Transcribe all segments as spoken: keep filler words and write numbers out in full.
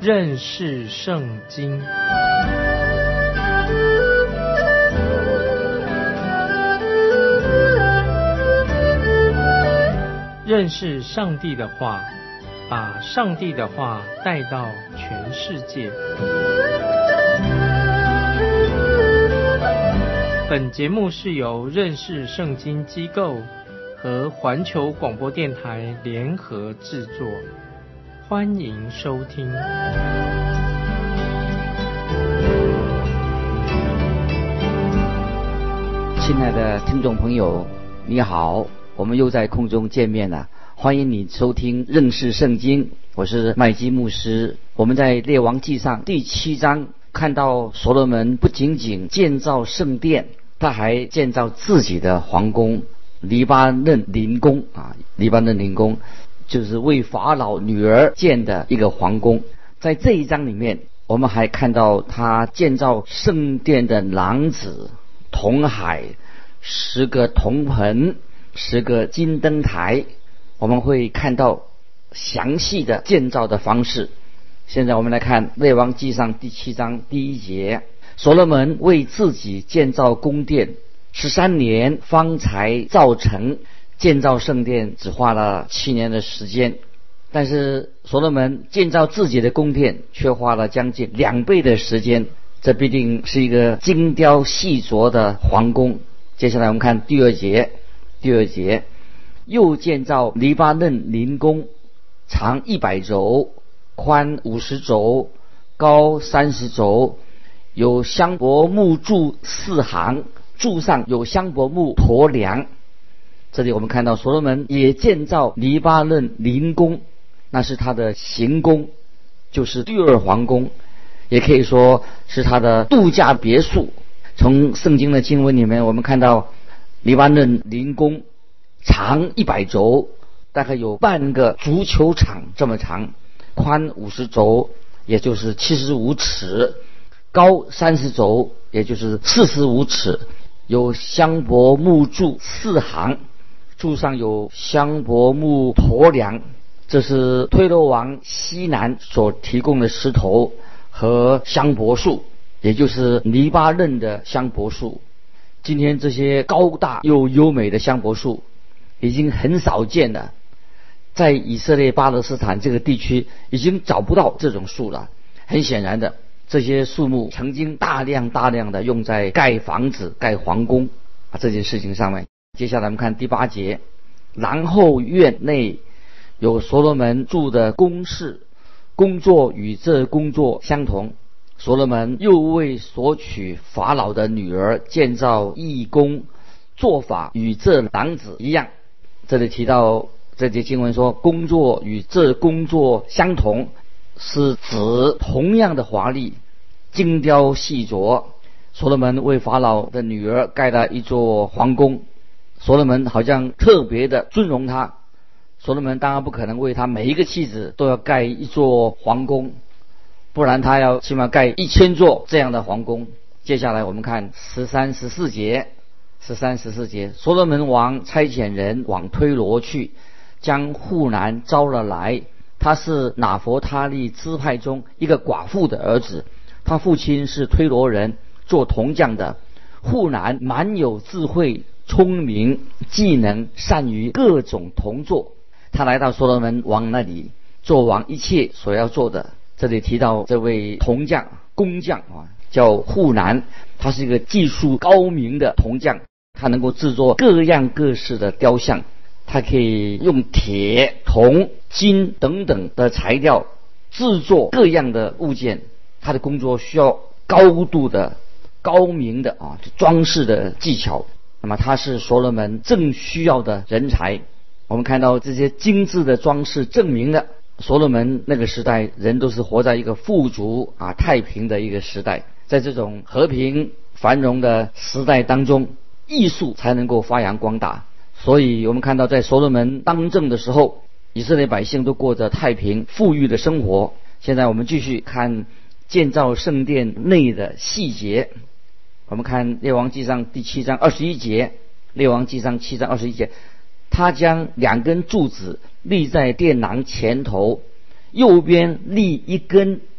认识圣经。认识上帝的话，把上帝的话带到全世界。本节目是由认识圣经机构和环球广播电台联合制作，欢迎收听。 亲爱的听众朋友，你好，我们又在空中见面了。欢迎你收听认识圣经，我是麦基牧师。我们在列王纪上第七章看到所罗门不仅仅建造圣殿，他还建造自己的皇宫黎巴嫩林宫啊，黎巴嫩林宫就是为法老女儿建的一个皇宫。在这一章里面，我们还看到他建造圣殿的廊子、铜海、十个铜盆、十个金灯台，我们会看到详细的建造的方式。现在我们来看列王纪上第七章第一节，所罗门为自己建造宫殿，十三年方才造成。建造圣殿只花了七年的时间，但是所罗门建造自己的宫殿却花了将近两倍的时间，这必定是一个精雕细琢的皇宫。接下来我们看第二节，第二节又建造黎巴嫩林宫，长一百肘，宽五十肘，高三十肘，有香柏木柱四行，柱上有香柏木驼梁。这里我们看到所罗门也建造黎巴嫩林宫，那是他的行宫，就是第二皇宫，也可以说是他的度假别墅。从圣经的经文里面我们看到黎巴嫩林宫长一百肘，大概有半个足球场这么长，宽五十肘，也就是七十五尺，高三十肘，也就是四十五尺，有香柏木柱四行，柱上有香柏木驼梁，这是推罗王西南所提供的石头和香柏树，也就是黎巴嫩的香柏树。今天这些高大又优美的香柏树已经很少见了，在以色列巴勒斯坦这个地区已经找不到这种树了。很显然的，这些树木曾经大量大量的用在盖房子、盖皇宫啊这件事情上面。接下来我们看第八节，然后院内有所罗门住的宫室，工作与这工作相同。所罗门又为索取法老的女儿建造义宫，做法与这廊子一样。这里提到这节经文说工作与这工作相同，是指同样的华丽，精雕细琢。所罗门为法老的女儿盖了一座皇宫，所罗门好像特别的尊荣他。所罗门当然不可能为他每一个妻子都要盖一座皇宫，不然他要起码盖一千座这样的皇宫。接下来我们看十三十四节，十三十四节，所罗门王差遣人往推罗去，将户兰招了来。他是拿弗他利支派中一个寡妇的儿子，他父亲是推罗人，做铜匠的。户兰蛮有智慧、聪明、技能，善于各种铜作。他来到所罗门王那里，做王一切所要做的。这里提到这位铜匠、工匠啊，叫户兰，他是一个技术高明的铜匠，他能够制作各样各式的雕像，他可以用铁、铜、金等等的材料制作各样的物件。他的工作需要高度的、高明的啊装饰的技巧。那么他是所罗门正需要的人才。我们看到这些精致的装饰证明了所罗门那个时代人都是活在一个富足啊太平的一个时代。在这种和平繁荣的时代当中，艺术才能够发扬光大。所以我们看到在所罗门当政的时候，以色列百姓都过着太平富裕的生活。现在我们继续看建造圣殿内的细节。我们看列王纪上第七章二十一节，列王纪上七章二十一节，他将两根柱子立在殿廊前头，右边立一根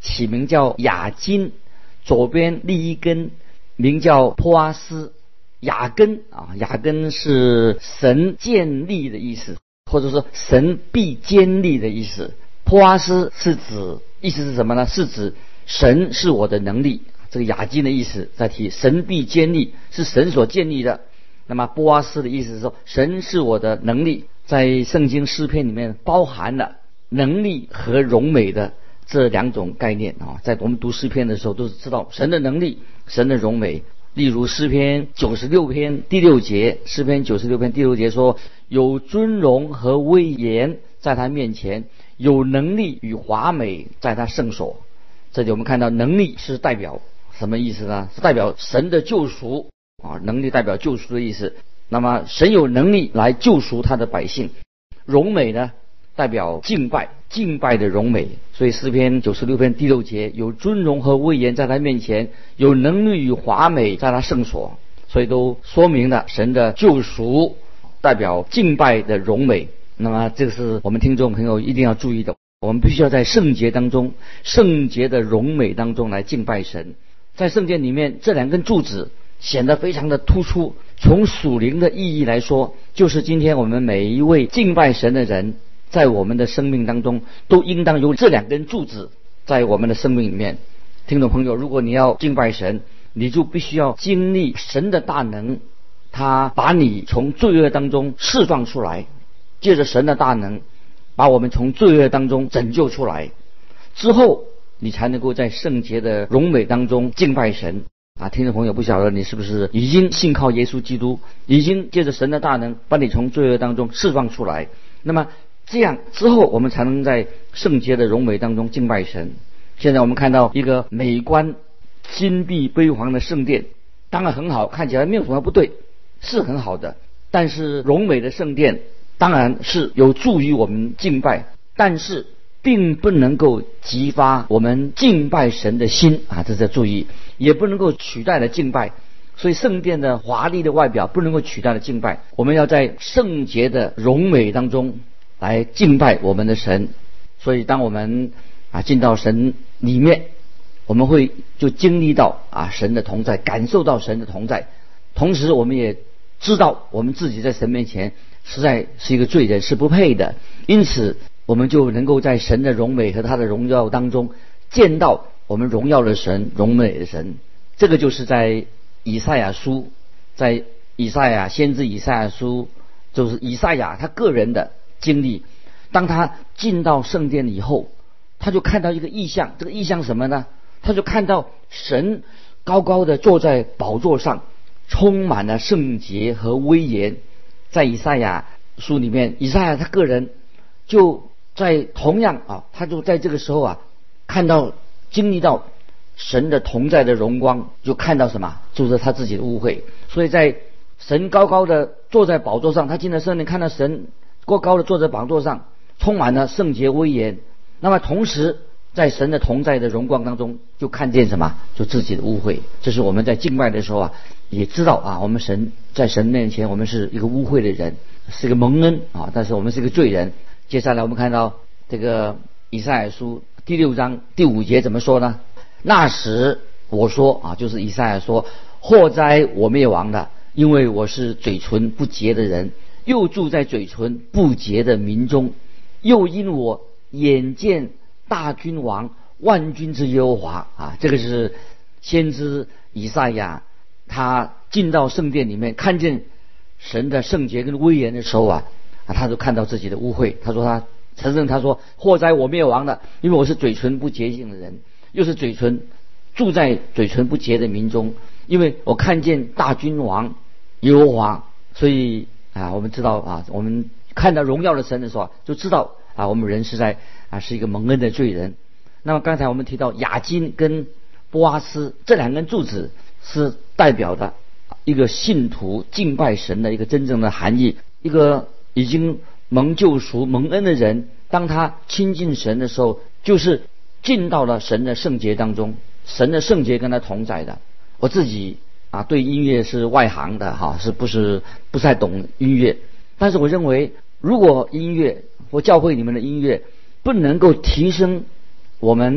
起名叫雅金，左边立一根名叫波阿斯。雅根啊，雅根是神建立的意思，或者说神必坚立的意思。波阿斯是指，意思是什么呢？是指神是我的能力。这个雅金的意思在提神必坚立，是神所建立的。那么波阿斯的意思是说，神是我的能力。在圣经诗篇里面包含了能力和荣美的这两种概念啊。在我们读诗篇的时候，都是知道神的能力，神的荣美。例如诗篇九十六篇第六节，诗篇九十六篇第六节说，有尊荣和威严在他面前，有能力与华美在他圣所。这里我们看到能力是代表什么意思呢？是代表神的救赎啊，能力代表救赎的意思。那么神有能力来救赎他的百姓。荣美呢，代表敬拜，敬拜的荣美。所以诗篇九十六篇第六节，有尊荣和威严在他面前，有能力与华美在他圣所。所以都说明了神的救赎代表敬拜的荣美。那么这个是我们听众朋友一定要注意的，我们必须要在圣洁当中，圣洁的荣美当中来敬拜神。在圣殿里面，这两根柱子显得非常的突出。从属灵的意义来说，就是今天我们每一位敬拜神的人，在我们的生命当中都应当有这两根柱子在我们的生命里面。听众朋友，如果你要敬拜神，你就必须要经历神的大能，他把你从罪恶当中释放出来，借着神的大能把我们从罪恶当中拯救出来之后，你才能够在圣洁的荣美当中敬拜神啊。听众朋友，不晓得你是不是已经信靠耶稣基督，已经借着神的大能把你从罪恶当中释放出来，那么这样之后我们才能在圣洁的荣美当中敬拜神。现在我们看到一个美观金碧辉煌的圣殿，当然很好，看起来没有什么不对，是很好的。但是荣美的圣殿当然是有助于我们敬拜，但是并不能够激发我们敬拜神的心啊，这是要注意，也不能够取代了敬拜。所以圣殿的华丽的外表不能够取代了敬拜，我们要在圣洁的荣美当中来敬拜我们的神。所以当我们啊进到神里面，我们会就经历到啊神的同在，感受到神的同在，同时我们也知道我们自己在神面前实在是一个罪人，是不配的。因此我们就能够在神的荣美和他的荣耀当中见到我们荣耀的神，荣美的神。这个就是在以赛亚书，在以赛亚先知以赛亚书，就是以赛亚他个人的经历。当他进到圣殿以后，他就看到一个异象。这个异象什么呢？他就看到神高高的坐在宝座上，充满了圣洁和威严。在以赛亚书里面，以赛亚他个人就在同样啊，他就在这个时候啊，看到经历到神的同在的荣光，就看到什么？就是他自己的污秽。所以在神高高的坐在宝座上，他进了圣殿，看到神过高的坐在宝座上，充满了圣洁威严。那么同时在神的同在的荣光当中，就看见什么？就自己的污秽。这是我们在敬拜的时候啊，也知道啊，我们神在神面前，我们是一个污秽的人，是一个蒙恩啊，但是我们是一个罪人。接下来我们看到这个以赛亚书第六章第五节怎么说呢？那时我说啊，就是以赛亚说，祸哉我灭亡了，因为我是嘴唇不洁的人，又住在嘴唇不洁的民中，又因我眼见大君王万军之耶和华啊。这个是先知以赛亚，他进到圣殿里面，看见神的圣洁跟威严的时候啊，啊他就看到自己的污秽。他说他承认，他说祸哉我灭亡了，因为我是嘴唇不洁净的人，又是嘴唇住在嘴唇不洁的民中，因为我看见大君王耶和华。所以啊，我们知道啊，我们看到荣耀的神的时候，就知道啊，我们人是在啊是一个蒙恩的罪人。那么刚才我们提到雅金跟波阿斯这两根柱子，是代表的一个信徒敬拜神的一个真正的含义。一个已经蒙救赎蒙恩的人，当他亲近神的时候，就是进到了神的圣洁当中，神的圣洁跟他同在的。我自己啊对音乐是外行的哈，是不是不太懂音乐？但是我认为，如果音乐或教会里面的音乐不能够提升我们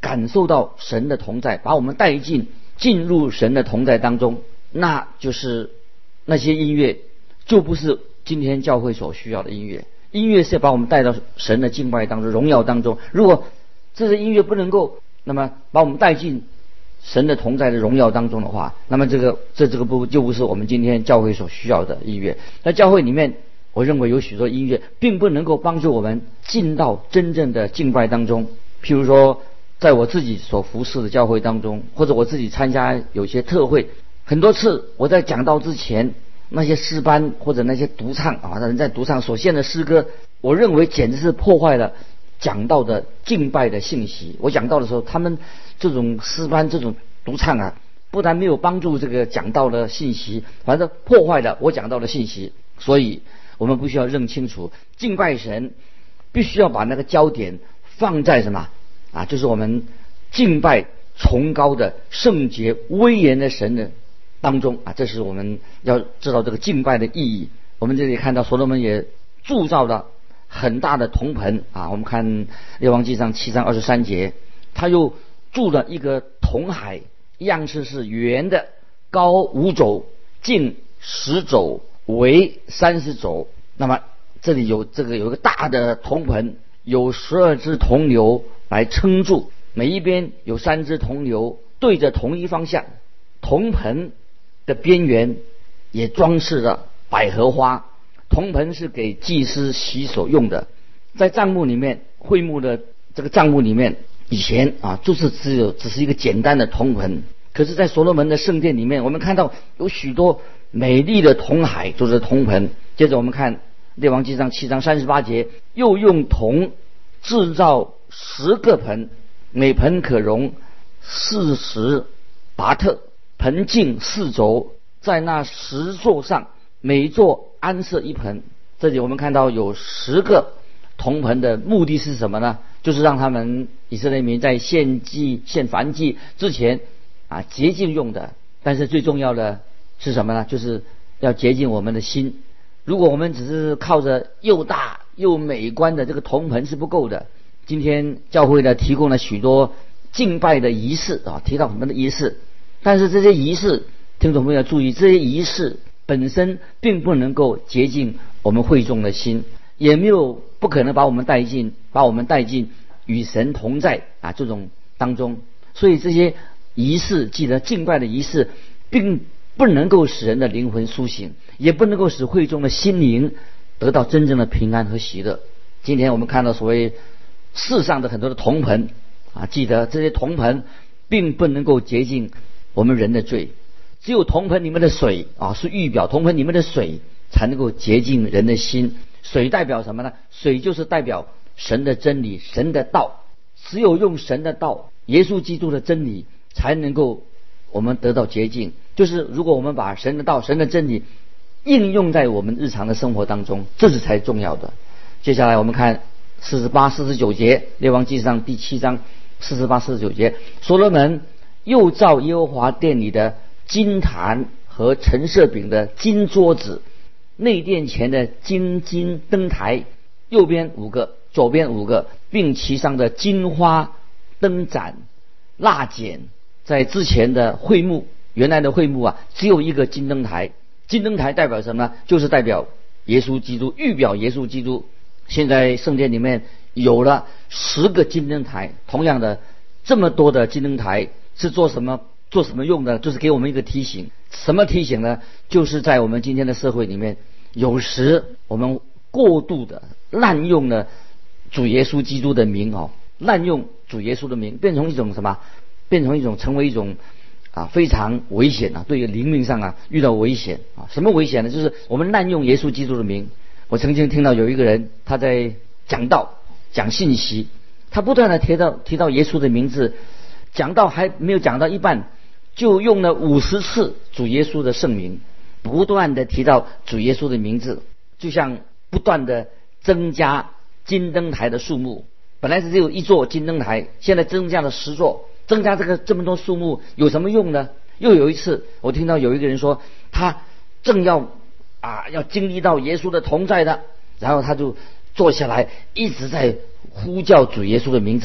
感受到神的同在，把我们带进进入神的同在当中，那就是那些音乐就不是今天教会所需要的音乐。音乐是把我们带到神的敬拜当中、荣耀当中。如果这些音乐不能够那么把我们带进神的同在的荣耀当中的话，那么这个这这个不就不是我们今天教会所需要的音乐。在教会里面，我认为有许多音乐并不能够帮助我们进到真正的敬拜当中。譬如说在我自己所服侍的教会当中，或者我自己参加有些特会，很多次我在讲道之前，那些诗班或者那些独唱啊，人在独唱所献的诗歌，我认为简直是破坏了讲道的敬拜的信息。我讲道的时候，他们这种诗班这种独唱啊，不但没有帮助这个讲道的信息，反正破坏了我讲道的信息。所以我们必须要认清楚，敬拜神必须要把那个焦点放在什么啊？就是我们敬拜崇高的圣洁威严的神的当中啊，这是我们要知道这个敬拜的意义。我们这里看到所罗门也铸造了很大的铜盆啊，我们看列王纪上七章二十三节，他又铸了一个铜海，样式是圆的，高五肘，径十肘，围三十肘。那么这里有这个有一个大的铜盆，有十二只铜牛来撑住，每一边有三只铜牛对着同一方向。铜盆的边缘也装饰了百合花。铜盆是给祭司洗手用的。在帐幕里面，会幕的这个帐幕里面，以前啊就是只有只是一个简单的铜盆，可是在所罗门的圣殿里面，我们看到有许多美丽的铜海，就是铜盆。接着我们看列王纪上七章三十八节，又用铜制造十个盆，每盆可容四十巴特，盆径四肘，在那十座上每座安设一盆。这里我们看到有十个铜盆的目的是什么呢？就是让他们以色列民在献祭献燔祭之前啊洁净用的。但是最重要的是什么呢？就是要洁净我们的心。如果我们只是靠着又大又美观的这个铜盆是不够的。今天教会呢提供了许多敬拜的仪式啊，提到很多的仪式，但是这些仪式，听众朋友要注意，这些仪式本身并不能够洁净我们会众的心，也没有不可能把我们带进把我们带进与神同在啊这种当中。所以这些仪式，记得敬拜的仪式并不能够使人的灵魂苏醒，也不能够使会众的心灵得到真正的平安和喜乐。今天我们看到所谓世上的很多的铜盆啊，记得这些铜盆并不能够洁净我们人的罪，只有铜盆里面的水啊是预表，铜盆里面的水才能够洁净人的心。水代表什么呢？水就是代表神的真理，神的道。只有用神的道，耶稣基督的真理，才能够我们得到洁净。就是如果我们把神的道、神的真理应用在我们日常的生活当中，这是才重要的。接下来我们看四十八、四十九节，列王纪上第七章四十八、四十九节，所罗门又造耶和华殿里的金坛和陈设饼的金桌子，内殿前的金金灯台，右边五个，左边五个，并其上的金花灯盏、蜡剪。在之前的会幕，原来的会幕啊，只有一个金灯台。金灯台代表什么呢？就是代表耶稣基督，预表耶稣基督。现在圣殿里面有了十个金灯台，同样的这么多的金灯台是做什么做什么用的？就是给我们一个提醒。什么提醒呢？就是在我们今天的社会里面，有时我们过度的滥用了主耶稣基督的名哦，滥用主耶稣的名，变成一种什么？变成一种成为一种啊非常危险啊，对于灵命上啊遇到危险啊。什么危险呢？就是我们滥用耶稣基督的名。我曾经听到有一个人他在讲道讲信息，他不断的提到提到耶稣的名字，讲到还没有讲到一半，就用了五十次主耶稣的圣名，不断的提到主耶稣的名字，就像不断的增加金灯台的数目。本来是只有一座金灯台，现在增加了十座。增加这个这么多数目有什么用呢？又有一次我听到有一个人说，他正要啊要经历到耶稣的同在的，然后他就坐下来一直在呼叫主耶稣的名字。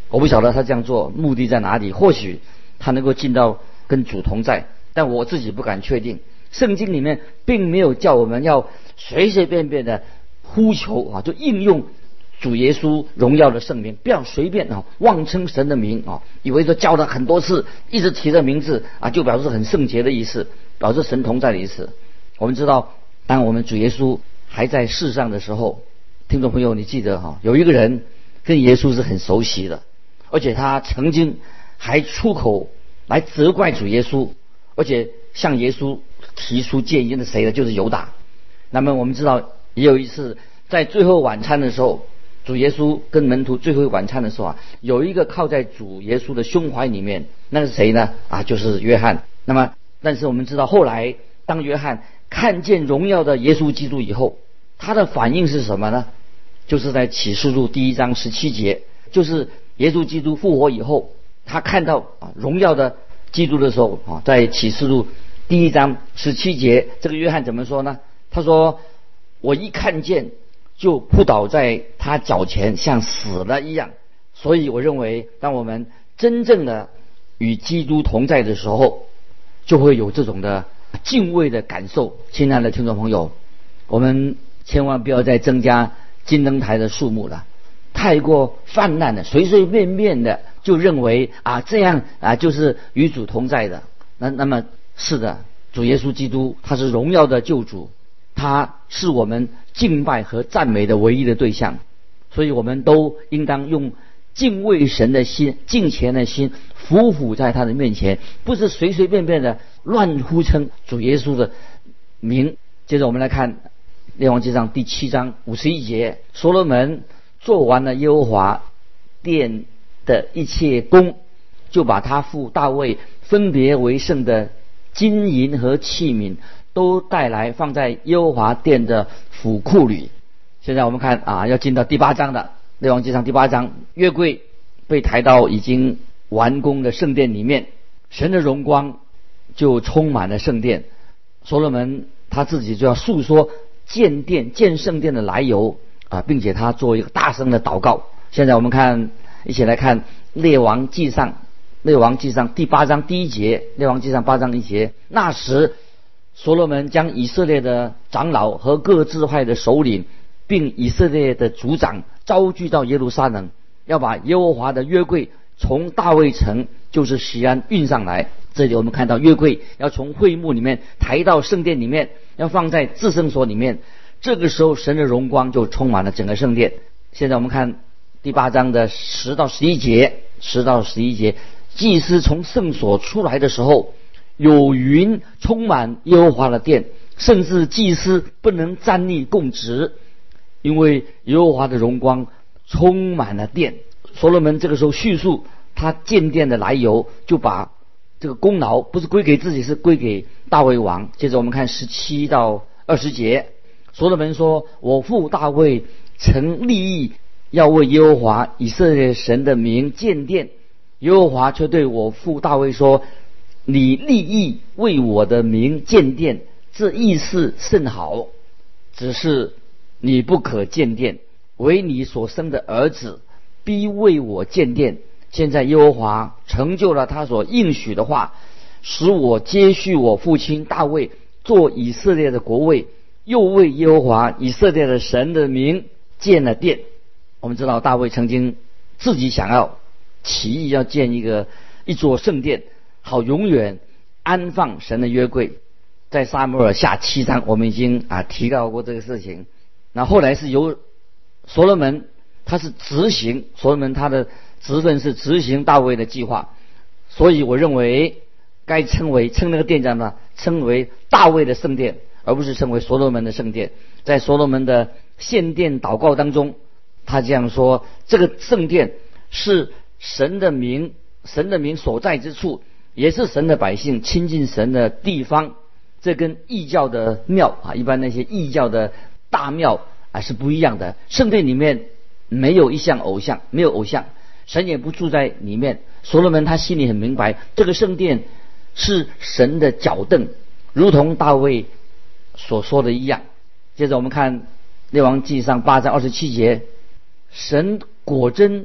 我不晓得他这样做目的在哪里，或许他能够进到跟主同在，但我自己不敢确定。圣经里面并没有叫我们要随随便便的呼求啊，就应用主耶稣荣耀的圣名，不要随便啊妄称神的名啊，以为说叫了很多次，一直提着名字啊，就表示很圣洁的意思，表示神同在的意思。我们知道，当我们主耶稣还在世上的时候，听众朋友，你记得哈，有一个人跟耶稣是很熟悉的，而且他曾经还出口来责怪主耶稣，而且向耶稣提出建议的谁呢？就是犹大。那么我们知道，也有一次在最后晚餐的时候，主耶稣跟门徒最后晚餐的时候啊，有一个靠在主耶稣的胸怀里面，那是谁呢？啊，就是约翰。那么，但是我们知道，后来当约翰看见荣耀的耶稣基督以后，他的反应是什么呢？就是在启示录第一章十七节，就是耶稣基督复活以后，他看到啊荣耀的基督的时候啊，在启示录第一章十七节，这个约翰怎么说呢？他说：“我一看见，就扑倒在他脚前，像死了一样。”所以我认为，当我们真正的与基督同在的时候，就会有这种的敬畏的感受。亲爱的听众朋友，我们千万不要再增加金灯台的数目了，太过泛滥的，随随便便的就认为啊这样啊就是与主同在的。那那么是的，主耶稣基督他是荣耀的救主，他是我们敬拜和赞美的唯一的对象，所以我们都应当用敬畏神的心、敬虔的心，匍匐在他的面前，不是随随便便的乱呼称主耶稣的名。接着我们来看列王纪上第七章五十一节，所罗门做完了耶和华殿的一切工，就把他父大卫分别为圣的金银和器皿都带来，放在耶和华殿的府库里。现在我们看啊，要进到第八章的列王纪上第八章，约柜被抬到已经完工的圣殿里面，神的荣光就充满了圣殿。所罗门他自己就要述说建殿、建圣殿的来由啊，并且他做一个大声的祷告。现在我们看，一起来看列王纪上，列王纪上第八章第一节，列王纪上八章一节。那时，所罗门将以色列的长老和各支派的首领，并以色列的族长招聚到耶路撒冷，要把耶和华的约柜从大卫城，就是锡安运上来。这里我们看到约柜要从会幕里面抬到圣殿里面，要放在至圣所里面。这个时候神的荣光就充满了整个圣殿。现在我们看第八章的十到十一节，十到十一节，祭司从圣所出来的时候，有云充满耶和华的殿，甚至祭司不能站立供职，因为耶和华的荣光充满了殿。所罗门这个时候叙述他建殿的来由，就把这个功劳不是归给自己，是归给大卫王。接着我们看十七到二十节，所罗门说：“我父大卫曾立意要为耶和华以色列神的名建殿，耶和华却对我父大卫说：你立意为我的名建殿，这意思甚好，只是你不可建殿，为你所生的儿子必为我建殿。现在耶和华成就了他所应许的话，使我接续我父亲大卫做以色列的国位，又为耶和华以色列的神的名建了殿。”我们知道大卫曾经自己想要起意要建一个一座圣殿，好永远安放神的约柜。在撒母耳下七章我们已经啊提到过这个事情。那后来是由所罗门，他是执行，所罗门他的职分是执行大卫的计划，所以我认为该称为称那个殿叫呢，称为大卫的圣殿，而不是称为所罗门的圣殿。在所罗门的献殿祷告当中，他这样说：这个圣殿是神的名，神的名所在之处，也是神的百姓亲近神的地方。这跟异教的庙啊，一般那些异教的大庙啊是不一样的。圣殿里面没有一项偶像，没有偶像，神也不住在里面。所罗门他心里很明白，这个圣殿是神的脚凳，如同大卫所说的一样。接着我们看列王纪上八章二十七节，神果真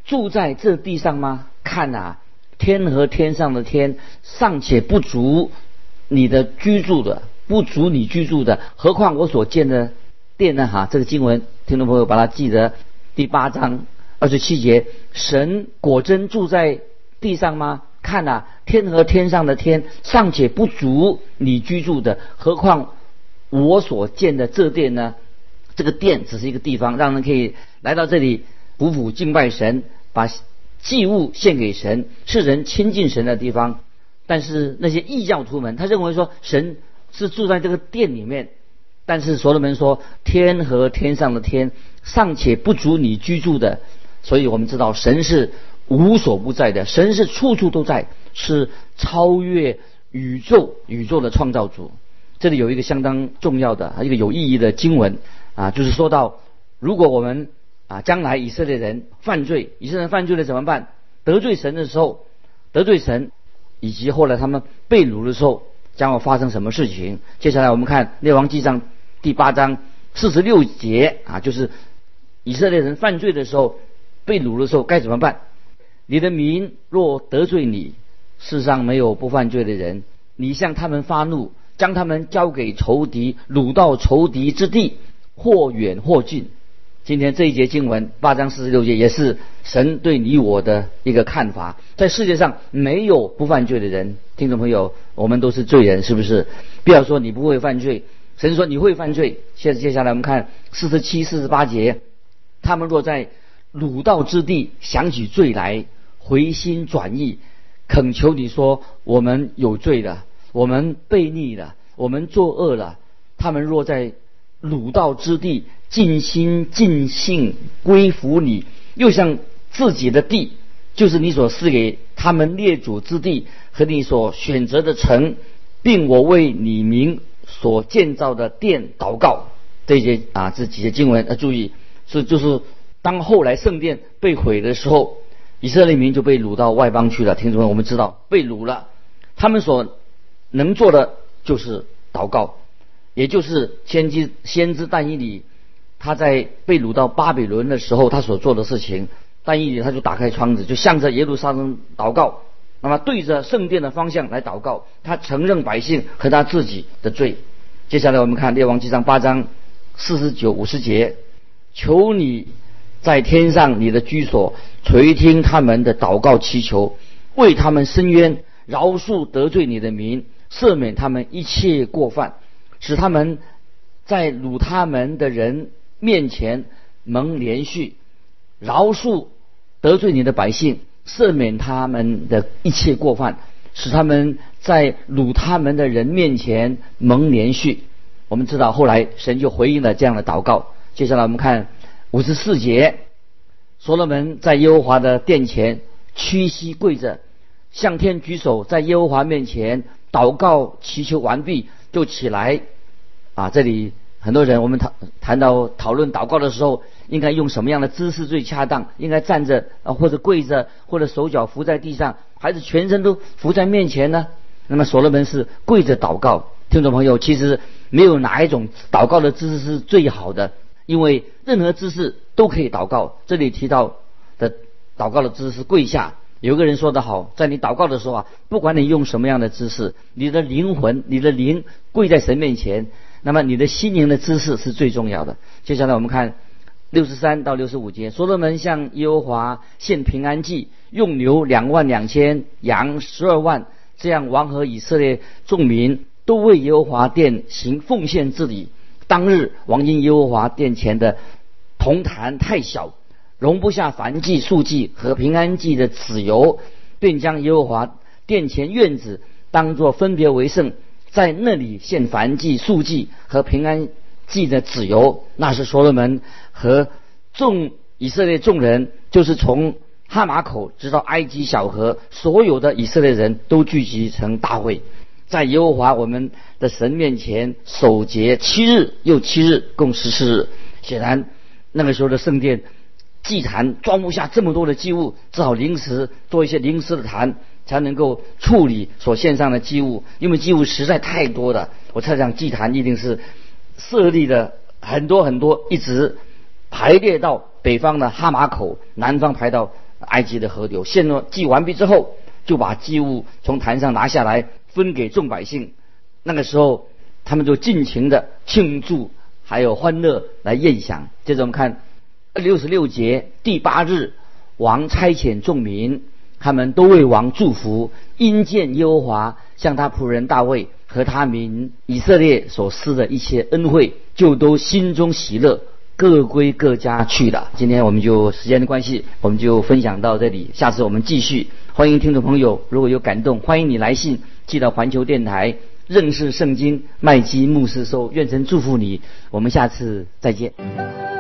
住在这地上吗？看啊，天和天上的天尚且不足你的居住的，不足你居住的，何况我所建的殿呢？哈，这个经文听众朋友把它记得，第八章二十七节，神果真住在地上吗？看啊，天和天上的天尚且不足你居住的，何况我所建的这殿呢？这个殿只是一个地方，让人可以来到这里匍匐敬拜神，把祭物献给神，是人亲近神的地方。但是那些异教徒们，他认为说神是住在这个殿里面，但是所罗门说天和天上的天尚且不足你居住的。所以我们知道神是无所不在的，神是处处都在，是超越宇宙宇宙的创造主。这里有一个相当重要的一个有意义的经文啊，就是说到如果我们啊将来以色列人犯罪，以色列人犯罪了怎么办？得罪神的时候，得罪神，以及后来他们被掳的时候将要发生什么事情？接下来我们看列王纪上第八章四十六节啊，就是以色列人犯罪的时候，被掳的时候该怎么办？你的民若得罪你，世上没有不犯罪的人，你向他们发怒，将他们交给仇敌，掳到仇敌之地，或远或近。今天这一节经文八章四十六节也是神对你我的一个看法，在世界上没有不犯罪的人。听众朋友，我们都是罪人，是不是？不要说你不会犯罪，神说你会犯罪。现在接下来我们看四十七、四十八节，他们若在掳到之地想起罪来，回心转意，恳求你说我们有罪了，我们悖逆了，我们作恶了。他们若在掳到之地尽心尽性归服你，又像自己的地，就是你所赐给他们列祖之地和你所选择的城，并我为你名所建造的殿祷告。这些啊这几节经文要注意，是就是当后来圣殿被毁的时候，以色列民就被掳到外邦去了。听众们，我们知道被掳了，他们所能做的就是祷告，也就是先知先知但以理他在被掳到巴比伦的时候他所做的事情。但以理他就打开窗子，就向着耶路撒冷祷告，那么对着圣殿的方向来祷告，他承认百姓和他自己的罪。接下来我们看列王纪上八章四十九、五十节，求你在天上你的居所垂听他们的祷告祈求，为他们伸冤，饶恕得罪你的民，赦免他们一切过犯，使他们在掳他们的人面前蒙连续，饶恕得罪你的百姓，赦免他们的一切过犯，使他们在掳他们的人面前蒙连续。我们知道后来神就回应了这样的祷告。接下来我们看五十四节，所罗门在耶和华的殿前屈膝跪着，向天举手，在耶和华面前祷告祈求完毕，就起来啊。这里很多人我们谈谈到讨论祷告的时候，应该用什么样的姿势最恰当？应该站着啊，或者跪着，或者手脚伏在地上，还是全身都伏在面前呢？那么所罗门是跪着祷告。听众朋友，其实没有哪一种祷告的姿势是最好的，因为任何姿势都可以祷告。这里提到的祷告的姿势是跪下。有个人说得好，在你祷告的时候啊，不管你用什么样的姿势，你的灵魂你的灵跪在神面前，那么你的心灵的姿势是最重要的。接下来我们看六十三到六十五节，所罗门向耶和华献平安祭，用牛两万两千，羊十二万，这样王和以色列众民都为耶和华殿行奉献之礼。当日王因耶和华殿前的铜坛太小，容不下燔祭、素祭和平安祭的脂油，便将耶和华殿前院子当作分别为圣，在那里献燔祭、素祭和平安祭的脂油。那是所罗门和众以色列众人，就是从哈马口直到埃及小河，所有的以色列人都聚集成大会，在耶和华我们的神面前守节七日又七日，共十四日。显然那个时候的圣殿祭坛装不下这么多的祭物，只好临时做一些临时的坛，才能够处理所献上的祭物，因为祭物实在太多了。我猜想祭坛一定是设立的很多很多，一直排列到北方的哈马口，南方排到埃及的河流。献了祭完毕之后，就把祭物从坛上拿下来，分给众百姓。那个时候，他们就尽情的庆祝，还有欢乐来宴享。接着我们看六十六节，第八日，王差遣众民，他们都为王祝福，因见耶和华向他仆人大卫和他民以色列所施的一切恩惠，就都心中喜乐，各归各家去了。今天我们就时间的关系，我们就分享到这里，下次我们继续。欢迎听众朋友，如果有感动，欢迎你来信寄到环球电台认识圣经麦基牧师收。愿神祝福你，我们下次再见。